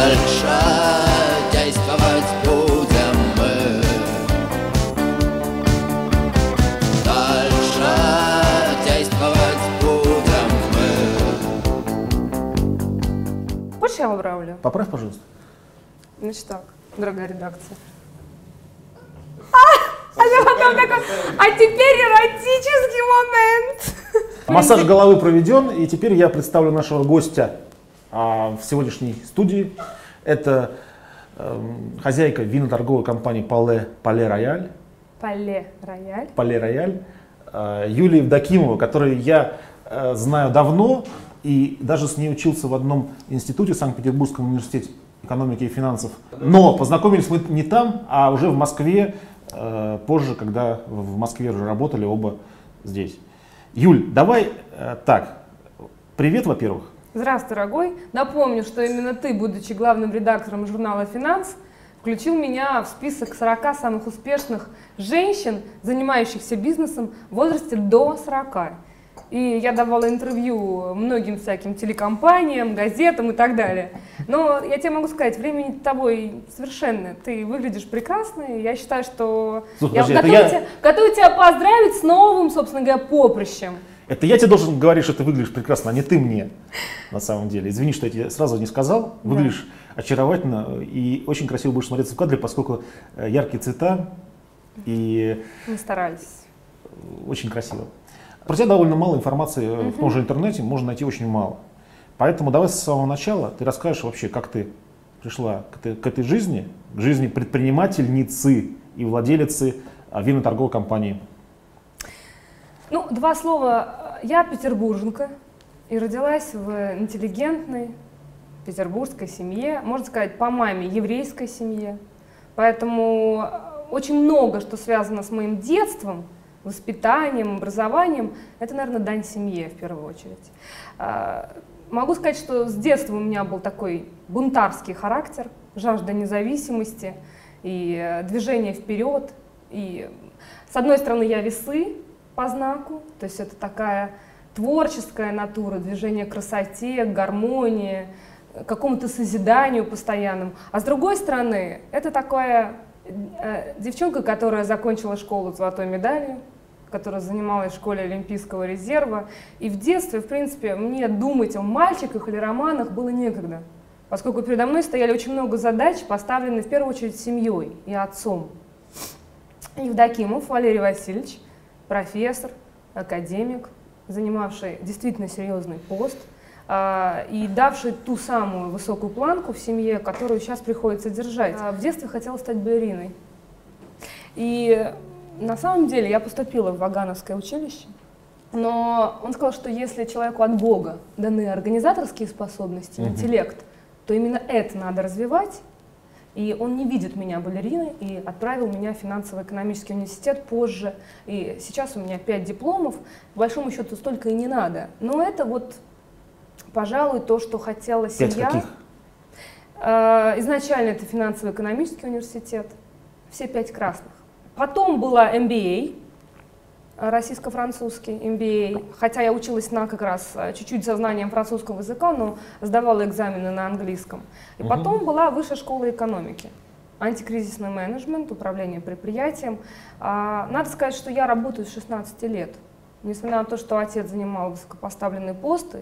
Дальше действовать будем мы. Дальше действовать будем мы. Хочешь, я поправлю? Поправь, пожалуйста. Значит так, дорогая редакция. А теперь эротический момент. Массаж головы проведен, и теперь я представлю нашего гостя в сегодняшней студии. Это хозяйка вино-торговой компании Palais Royal. Palais Royal. Юлия Евдокимова, которую я знаю давно и даже с ней учился в одном институте в Санкт-Петербургском университете экономики и финансов. Но познакомились мы не там, а уже в Москве, позже, когда в Москве уже работали оба здесь. Юль, давай так, привет, во-первых. Здравствуй, дорогой. Напомню, что именно ты, будучи главным редактором журнала «Финанс», включил меня в список 40 самых успешных женщин, занимающихся бизнесом в возрасте до 40. И я давала интервью многим всяким телекомпаниям, газетам и так далее. Но я тебе могу сказать, времени тобой совершенно. Ты выглядишь прекрасно, и я считаю, что я готова тебя поздравить с новым, собственно говоря, поприщем. Это я тебе должен говорить, что ты выглядишь прекрасно, а не ты мне, на самом деле. Извини, что я тебе сразу не сказал. Выглядишь очаровательно и очень красиво будешь смотреться в кадре, поскольку яркие цвета и... Мы старались. Очень красиво. Про тебя довольно мало информации в том же интернете, можно найти очень мало. Поэтому давай с самого начала ты расскажешь вообще, как ты пришла к этой жизни, к жизни предпринимательницы и владелицы винно-торговой компании. Ну, два слова. Я петербурженка и родилась в интеллигентной петербургской семье, можно сказать, по маме еврейской семье. Поэтому очень много, что связано с моим детством, воспитанием, образованием, это, наверное, дань семье в первую очередь. Могу сказать, что с детства у меня был такой бунтарский характер, жажда независимости и движения вперед. И, с одной стороны, я весы по знаку, то есть это такая творческая натура, движение к красоте, к гармонии, к какому-то созиданию постоянному. А с другой стороны, это такая девчонка, которая закончила школу с золотой медалью, которая занималась в школе Олимпийского резерва. И в детстве, в принципе, мне думать о мальчиках или романах было некогда, поскольку передо мной стояли очень много задач, поставленных в первую очередь семьей и отцом. Евдокимов Валерий Васильевич, профессор, академик, занимавший действительно серьезный пост и давший ту самую высокую планку в семье, которую сейчас приходится держать. В детстве хотела стать балериной. И на самом деле я поступила в Вагановское училище, но он сказал, что если человеку от Бога даны организаторские способности, интеллект, то именно это надо развивать. И он не видит меня балериной и отправил меня в финансово-экономический университет позже. И сейчас у меня 5 дипломов, по большому счету столько и не надо. Но это вот, пожалуй, то, что хотела семья. 5 каких? Изначально это финансово-экономический университет, все 5 красных. Потом была MBA, российско-французский MBA, хотя я училась на как раз чуть-чуть со знанием французского языка, но сдавала экзамены на английском. И потом была высшая школа экономики, антикризисный менеджмент, управление предприятием. Надо сказать, что я работаю с 16 лет. Несмотря на то, что отец занимал высокопоставленные посты,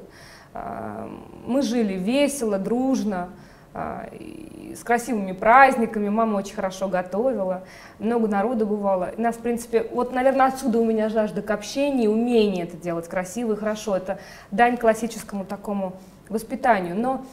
мы жили весело, дружно, с красивыми праздниками, мама очень хорошо готовила, много народу бывало. И нас, в принципе, вот, наверное, отсюда у меня жажда к общению, умение это делать красиво и хорошо. Это дань классическому такому воспитанию. Но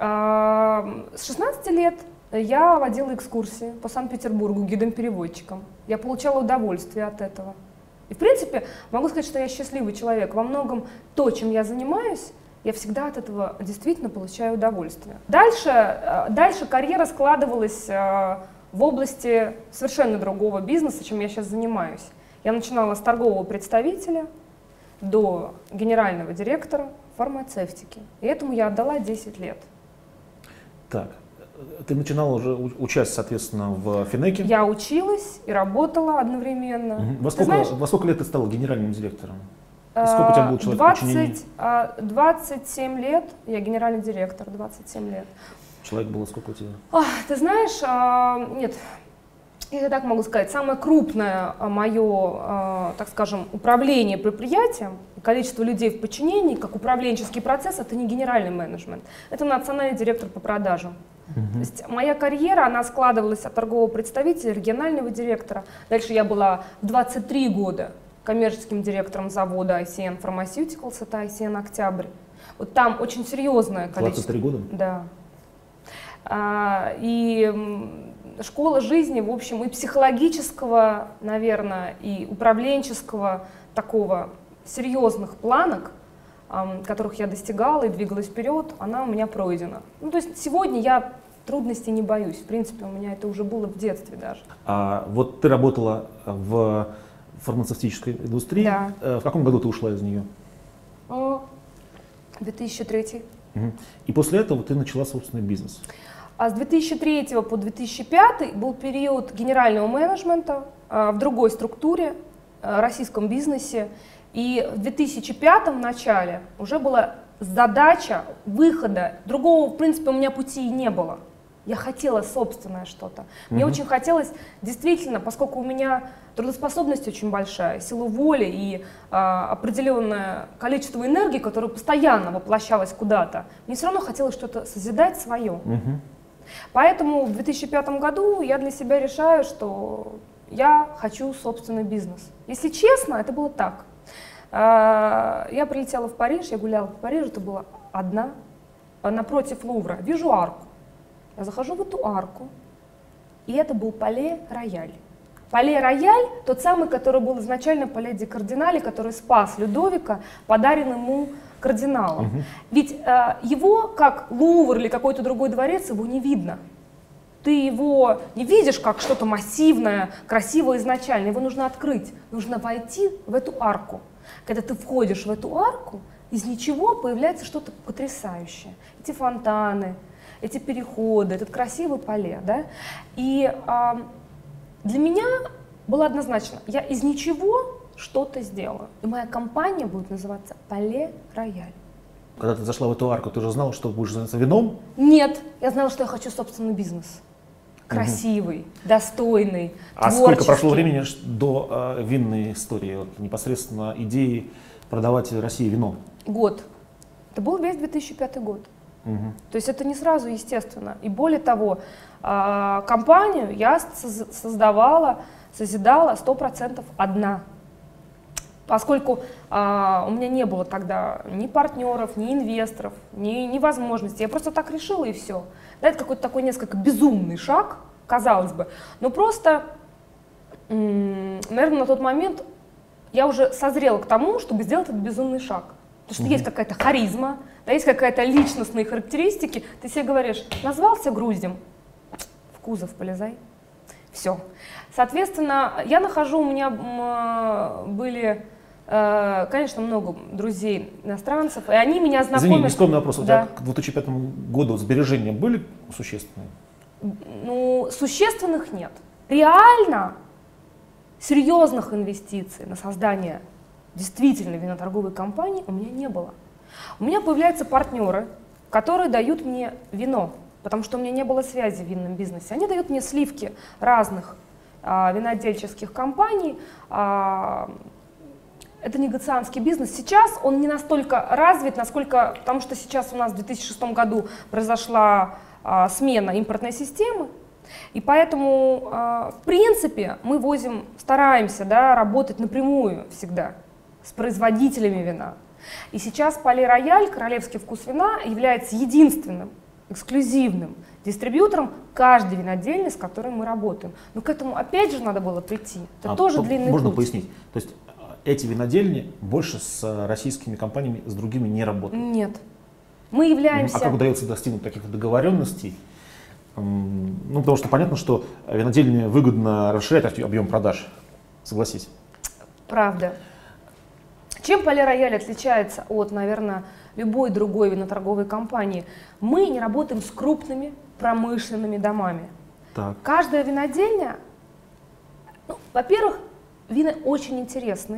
с 16 лет я водила экскурсии по Санкт-Петербургу гидом-переводчиком. Я получала удовольствие от этого. И, в принципе, могу сказать, что я счастливый человек. Во многом то, чем я занимаюсь, я всегда от этого действительно получаю удовольствие. Дальше карьера складывалась в области совершенно другого бизнеса, чем я сейчас занимаюсь. Я начинала с торгового представителя до генерального директора фармацевтики. И этому я отдала 10 лет. Так, ты начинала уже участь, соответственно, в Финеке? Я училась и работала одновременно. Во сколько лет ты стала генеральным директором? И сколько у тебя было человек подчинений? 27 лет, я генеральный директор, 27 лет. Человек было сколько у тебя? Ты знаешь, нет, я так могу сказать, самое крупное мое, так скажем, управление предприятием, количество людей в подчинении, как управленческий процесс, это не генеральный менеджмент, это национальный директор по продажам. То есть моя карьера, она складывалась от торгового представителя, регионального директора. Дальше я была в 23 года коммерческим директором завода ICN Pharmaceuticals, это ICN Октябрь. Вот там очень серьезное количество. 23 года? Да. И школа жизни, в общем, и психологического, наверное, и управленческого такого серьезных планок, которых я достигала и двигалась вперед, она у меня пройдена. Ну, то есть сегодня я трудностей не боюсь. В принципе, у меня это уже было в детстве даже. Вот ты работала в фармацевтической индустрии. Да. В каком году ты ушла из нее? 2003. И после этого ты начала собственный бизнес. А с 2003 по 2005 был период генерального менеджмента в другой структуре, российском бизнесе. И в 2005 начале уже была задача выхода. Другого, в принципе, у меня пути и не было. Я хотела собственное что-то. Мне очень хотелось, действительно, поскольку у меня трудоспособность очень большая, сила воли и определенное количество энергии, которое постоянно воплощалось куда-то, мне все равно хотелось что-то созидать свое. Поэтому в 2005 году я для себя решаю, что я хочу собственный бизнес. Если честно, это было так. Я прилетела в Париж, я гуляла по Парижу, это была одна, напротив Лувра. Вижу арку. Я захожу в эту арку, и это был Пале Рояль. Пале Рояль, тот самый, который был изначально Пале ди Кардинале, который спас Людовика, подарен ему кардиналом. Ведь его, как Лувр или какой-то другой дворец, его не видно. Ты его не видишь как что-то массивное, красивое изначально, его нужно открыть, нужно войти в эту арку. Когда ты входишь в эту арку, из ничего появляется что-то потрясающее. Эти фонтаны, эти переходы, этот красивый Пале. Да? И для меня было однозначно, я из ничего что-то сделаю. И моя компания будет называться Пале Рояль. Когда ты зашла в эту арку, ты уже знала, что будешь заниматься вином? Нет, я знала, что я хочу собственный бизнес. Красивый, достойный, А творческий. сколько прошло времени до винной истории, вот, непосредственно идеи продавать в России вино? Год. Это был весь 2005 год. То есть это не сразу, естественно. И более того, компанию я созидала 100% одна. Поскольку у меня не было тогда ни партнеров, ни инвесторов, ни возможностей. Я просто так решила и все. Да, это какой-то такой несколько безумный шаг, казалось бы. Но просто, наверное, на тот момент я уже созрела к тому, чтобы сделать этот безумный шаг. Потому что есть какая-то харизма, да, есть какая-то личностные характеристики. Ты себе говоришь, назвался груздем, в кузов полезай. Все. Соответственно, я нахожу, у меня были, конечно, много друзей иностранцев, и они меня знакомят. Извини, нескромный вопрос. Да. У тебя к 2005 году сбережения были существенные? Ну, существенных нет. Реально серьезных инвестиций на создание действительно виноторговой компании у меня не было. У меня появляются партнеры, которые дают мне вино, потому что у меня не было связи в винном бизнесе. Они дают мне сливки разных винодельческих компаний. Это негациантский бизнес. Сейчас он не настолько развит, насколько, потому что сейчас у нас в 2006 году произошла смена импортной системы. И поэтому, в принципе, мы стараемся, да, работать напрямую всегда с производителями вина. И сейчас Пале Рояль, королевский вкус вина, является единственным, эксклюзивным дистрибьютором каждой винодельни, с которой мы работаем. Но к этому опять же надо было прийти. Это тоже длинный путь. Можно пояснить? То есть эти винодельни больше с российскими компаниями, с другими не работают? Нет. Мы являемся... А как удается достигнуть таких договоренностей? Ну, потому что понятно, что винодельне выгодно расширять объем продаж. Согласись. Правда. Чем Пале Рояль отличается от, наверное, любой другой виноторговой компании? Мы не работаем с крупными промышленными домами. Так. Каждая винодельня, ну, во-первых, вина очень интересные,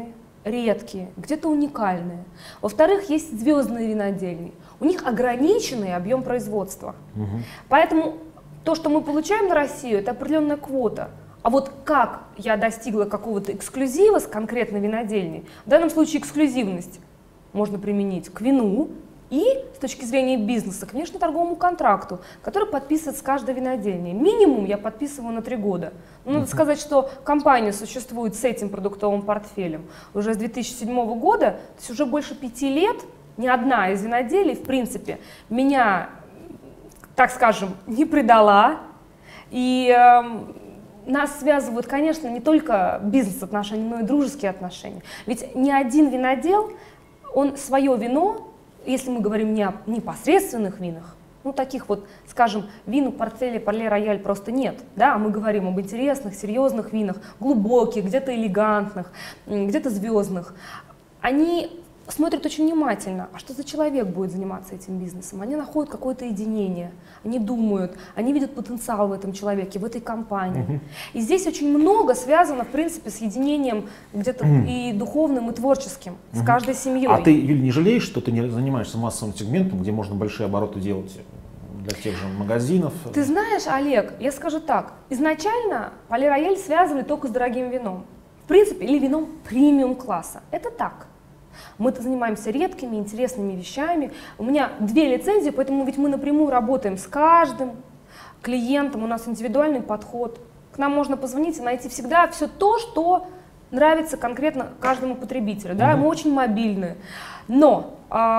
редкие, где-то уникальные. Во-вторых, есть звездные винодельни. У них ограниченный объем производства. Поэтому то, что мы получаем на Россию, это определенная квота. А вот как я достигла какого-то эксклюзива с конкретной винодельней, в данном случае эксклюзивность можно применить к вину и, с точки зрения бизнеса, к внешнеторговому контракту, который подписывается с каждой винодельней. Минимум я подписываю на 3 года. Но надо сказать, что компания существует с этим продуктовым портфелем уже с 2007 года, то есть уже больше 5 лет ни одна из виноделий, в принципе, меня, так скажем, не предала. И нас связывают, конечно, не только бизнес-отношения, но и дружеские отношения. Ведь ни один винодел, он свое вино, если мы говорим не о непосредственных винах, ну таких вот, скажем, вин в портфеле Palais Royale просто нет, да, мы говорим об интересных, серьезных винах, глубоких, где-то элегантных, где-то звездных. Они смотрят очень внимательно, а что за человек будет заниматься этим бизнесом. Они находят какое-то единение, они думают, они видят потенциал в этом человеке, в этой компании. И здесь очень много связано, в принципе, с единением где-то и духовным, и творческим, с каждой семьей. А ты, Юль, не жалеешь, что ты не занимаешься массовым сегментом, где можно большие обороты делать для тех же магазинов? Ты знаешь, Олег, я скажу так, изначально Palais Royale связывали только с дорогим вином. В принципе, или вином премиум-класса. Это так. Мы-то занимаемся редкими, интересными вещами. У меня 2 лицензии, поэтому ведь мы напрямую работаем с каждым клиентом, у нас индивидуальный подход. К нам можно позвонить и найти всегда все то, что нравится конкретно каждому потребителю. Да? Мы очень мобильны. Но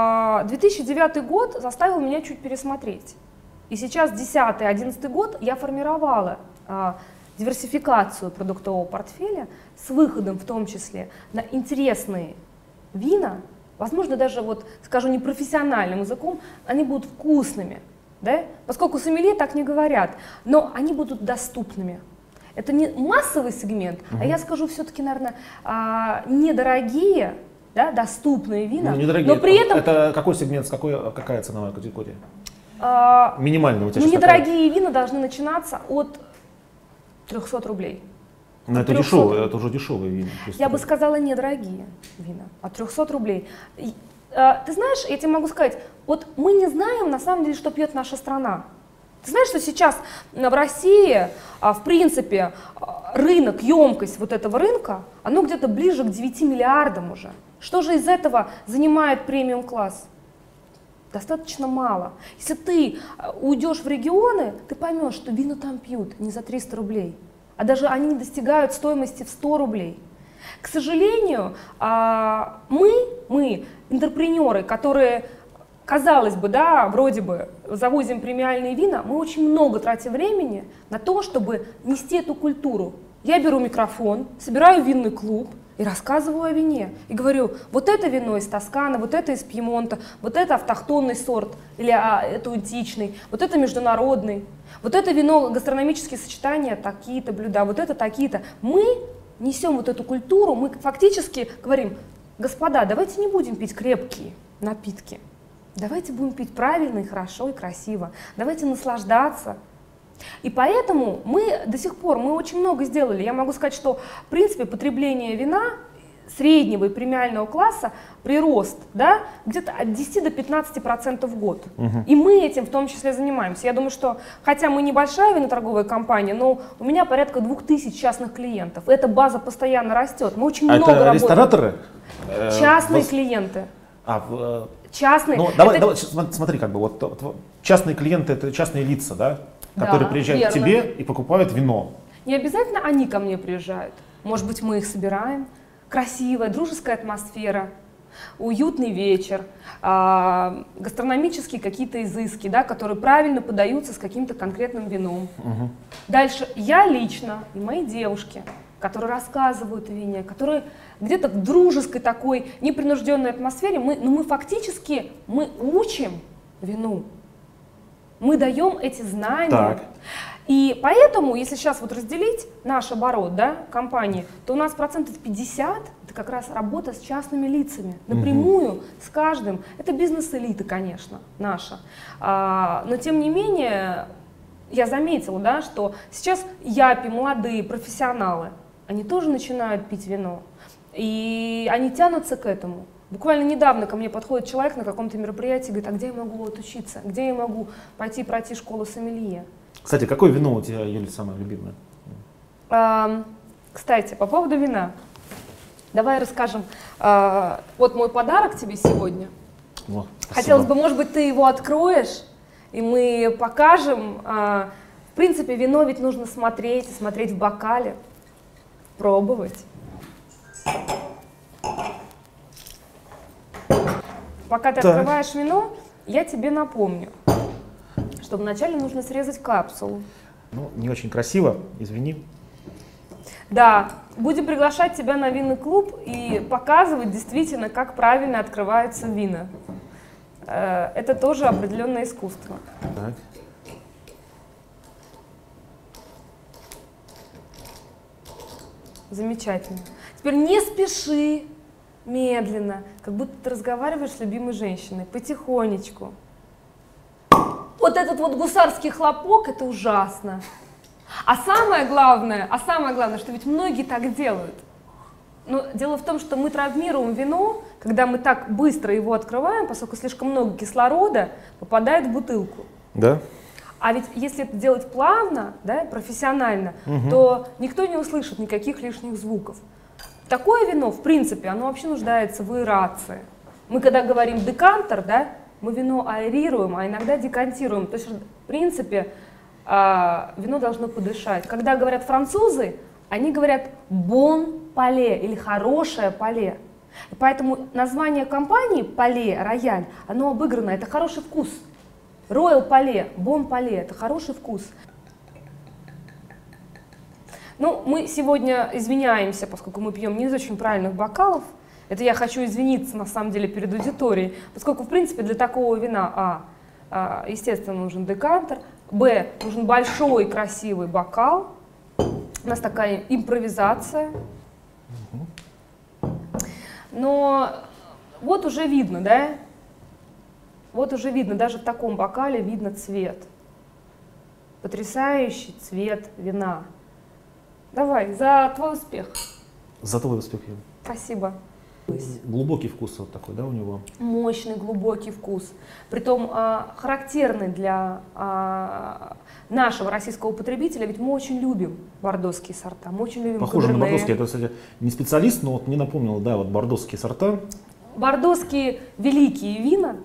2009 год заставил меня чуть пересмотреть. И сейчас 2010-2011 год я формировала диверсификацию продуктового портфеля с выходом в том числе на интересные вина, возможно, даже, вот, скажу непрофессиональным языком, они будут вкусными, да? Поскольку сомелье так не говорят, но они будут доступными. Это не массовый сегмент, а я скажу все-таки, наверное, недорогие, да, доступные вина. Ну, недорогие, но при этом... Это какой сегмент, какая ценовая категория? Минимальная у тебя. Ну, недорогие вина должны начинаться от 300 рублей. Но это дешевые, это уже дешевые вина. Я бы сказала, недорогие вина, от 300 рублей. Ты знаешь, я тебе могу сказать, вот мы не знаем на самом деле, что пьет наша страна. Ты знаешь, что сейчас в России, в принципе, рынок, емкость вот этого рынка, оно где-то ближе к 9 миллиардам уже. Что же из этого занимает премиум-класс? Достаточно мало. Если ты уйдешь в регионы, ты поймешь, что вина там пьют не за 300 рублей. А даже они не достигают стоимости в 100 рублей. К сожалению, мы, интерпренеры, которые, казалось бы, да, вроде бы завозим премиальные вина, мы очень много тратим времени на то, чтобы нести эту культуру. Я беру микрофон, собираю винный клуб и рассказываю о вине. И говорю, вот это вино из Тосканы, вот это из Пьемонта, вот это автохтонный сорт, или это аутентичный, вот это международный. Вот это вино, гастрономические сочетания, такие-то блюда, вот это такие-то. Мы несем вот эту культуру, мы фактически говорим, господа, давайте не будем пить крепкие напитки, давайте будем пить правильно и хорошо и красиво, давайте наслаждаться. И поэтому мы до сих пор, мы очень много сделали. Я могу сказать, что в принципе потребление вина среднего и премиального класса прирост, да, где-то от 10 до 15% в год. И мы этим в том числе занимаемся. Я думаю, что хотя мы небольшая виноторговая компания, но у меня порядка 2000 частных клиентов. Эта база постоянно растет. Мы очень много это работаем. Рестораторы? Частные клиенты. Частные. Ну, давай, смотри, как бы вот частные клиенты — это частные лица, да, которые приезжают верно. к тебе и покупают вино. Не обязательно они ко мне приезжают. Может быть, мы их собираем. Красивая, дружеская атмосфера, уютный вечер, гастрономические какие-то изыски, да, которые правильно подаются с каким-то конкретным вином. Дальше я лично и мои девушки, которые рассказывают о вине, которые где-то в дружеской такой непринужденной атмосфере, мы фактически учим вину. Мы даем эти знания. Так. И поэтому, если сейчас вот разделить наш оборот, да, компании, то у нас 50% это как раз работа с частными лицами, напрямую, с каждым. Это бизнес-элита, конечно, наша. Но тем не менее, я заметила, да, что сейчас япи, молодые, профессионалы, они тоже начинают пить вино. И они тянутся к этому. Буквально недавно ко мне подходит человек на каком-то мероприятии и говорит, а где я могу отучиться, где я могу пойти пройти школу сомелье. Кстати, какое вино у тебя, Юля, самое любимое? Кстати, по поводу вина. Давай расскажем. Вот мой подарок тебе сегодня. О, Хотелось бы, может быть, ты его откроешь, и мы покажем. В принципе, вино ведь нужно смотреть, смотреть в бокале, пробовать. Пока ты открываешь вино, я тебе напомню, что вначале нужно срезать капсулу. Ну, не очень красиво, извини. Да, будем приглашать тебя на винный клуб и показывать действительно, как правильно открываются вина. Это тоже определенное искусство. Так. Замечательно. Теперь не спеши, медленно, как будто ты разговариваешь с любимой женщиной, потихонечку. Вот этот вот гусарский хлопок, это ужасно. А самое главное, что ведь многие так делают. Но дело в том, что мы травмируем вино, когда мы так быстро его открываем, поскольку слишком много кислорода попадает в бутылку. Да. А ведь если это делать плавно, да, профессионально, то никто не услышит никаких лишних звуков. Такое вино, в принципе, оно вообще нуждается в аэрации. Мы когда говорим декантер, да, мы вино аэрируем, а иногда декантируем. То есть, в принципе, вино должно подышать. Когда говорят французы, они говорят «бон пале» или «хорошее пале». И поэтому название компании «Пале Рояль», оно обыграно, это хороший вкус. Royal Palais, Bon Palais, это хороший вкус. Ну, мы сегодня извиняемся, поскольку мы пьем не из очень правильных бокалов. Это я хочу извиниться, на самом деле, перед аудиторией, поскольку, в принципе, для такого вина, естественно, нужен декантер, б, нужен большой красивый бокал. У нас такая импровизация. Но вот уже видно, да? Вот уже видно, даже в таком бокале видно цвет. Потрясающий цвет вина. Давай, за твой успех. За твой успех, Юля. Спасибо. Глубокий вкус вот такой, да, у него? Мощный, глубокий вкус. Притом характерный для нашего российского потребителя, ведь мы очень любим бордоские сорта, мы очень любим Похоже на каберне. бордоские. Я, кстати, не специалист, но вот мне напомнил, да, вот бордоские сорта. Бордоские великие вина,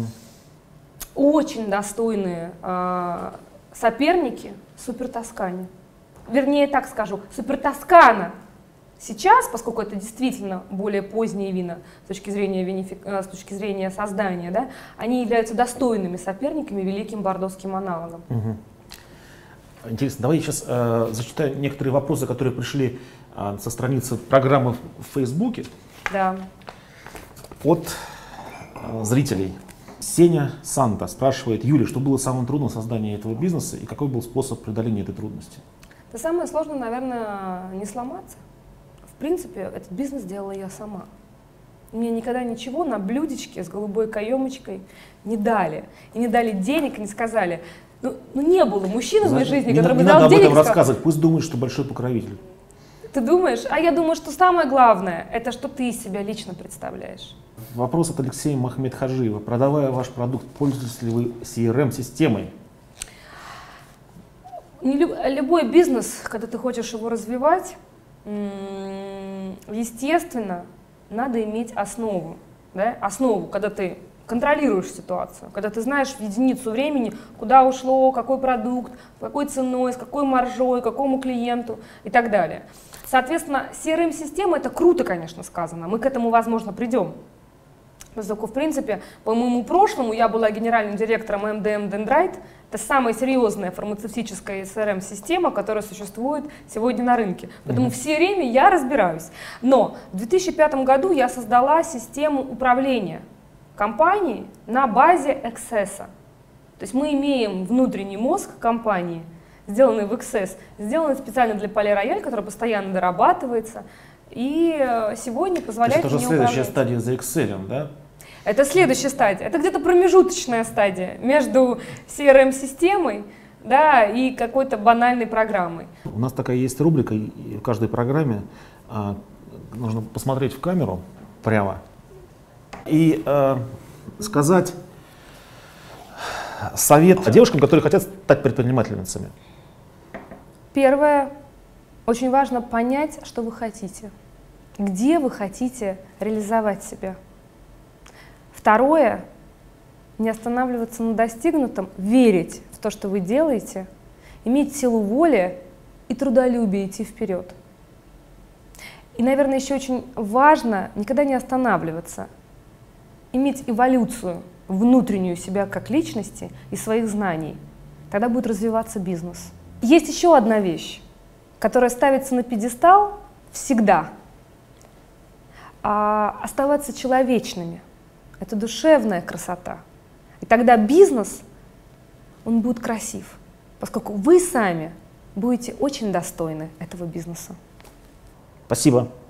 очень достойные соперники Супер Тоскане. Вернее, так скажу, Супер Тоскана сейчас, поскольку это действительно более поздние вина с точки зрения создания, да, они являются достойными соперниками великим бордоским аналогом. Интересно, давай я сейчас зачитаю некоторые вопросы, которые пришли со страницы программы в Фейсбуке. Да. От зрителей. Сеня Санта спрашивает: Юля, что было самым трудным в создании этого бизнеса и какой был способ преодоления этой трудности? Это самое сложное, наверное, не сломаться. В принципе, этот бизнес делала я сама. Мне никогда ничего на блюдечке с голубой каемочкой не дали. И не дали денег, и не сказали. Ну не было мужчины в моей жизни, который бы дал денег. Не надо об этом рассказывать, пусть думает, что большой покровитель. Ты думаешь? А я думаю, что самое главное, это что ты из себя лично представляешь. Вопрос от Алексея Махмедхаджиева. Продавая ваш продукт, пользуетесь ли вы CRM-системой? Любой бизнес, когда ты хочешь его развивать, естественно, надо иметь основу. Да? Основу, когда ты контролируешь ситуацию, когда ты знаешь в единицу времени, куда ушло, какой продукт, какой ценой, с какой маржой, какому клиенту и так далее. Соответственно, CRM-система — это круто, конечно, сказано, мы к этому, возможно, придем. Поскольку, в принципе, по моему прошлому я была генеральным директором MDM Dendrite. Это самая серьезная фармацевтическая CRM-система, которая существует сегодня на рынке. Поэтому в CRM я разбираюсь. Но в 2005 году я создала систему управления компанией на базе Access. То есть мы имеем внутренний мозг компании, сделанный в Access, сделанный специально для Palais Royal, который постоянно дорабатывается. И сегодня позволяет мне управлять. Это уже следующая стадия за Excel, да? Это следующая стадия. Это где-то промежуточная стадия между CRM-системой, да, и какой-то банальной программой. У нас такая есть рубрика в каждой программе нужно посмотреть в камеру прямо и сказать совет девушкам, которые хотят стать предпринимательницами. Первое. Очень важно понять, что вы хотите. Где вы хотите реализовать себя. Второе. Не останавливаться на достигнутом, верить в то, что вы делаете, иметь силу воли и трудолюбие идти вперед. И, наверное, еще очень важно никогда не останавливаться, иметь эволюцию внутреннюю себя как личности и своих знаний. Тогда будет развиваться бизнес. Есть еще одна вещь, которая ставится на пьедестал всегда. Оставаться человечными. Это душевная красота. И тогда бизнес, он будет красив, поскольку вы сами будете очень достойны этого бизнеса. Спасибо.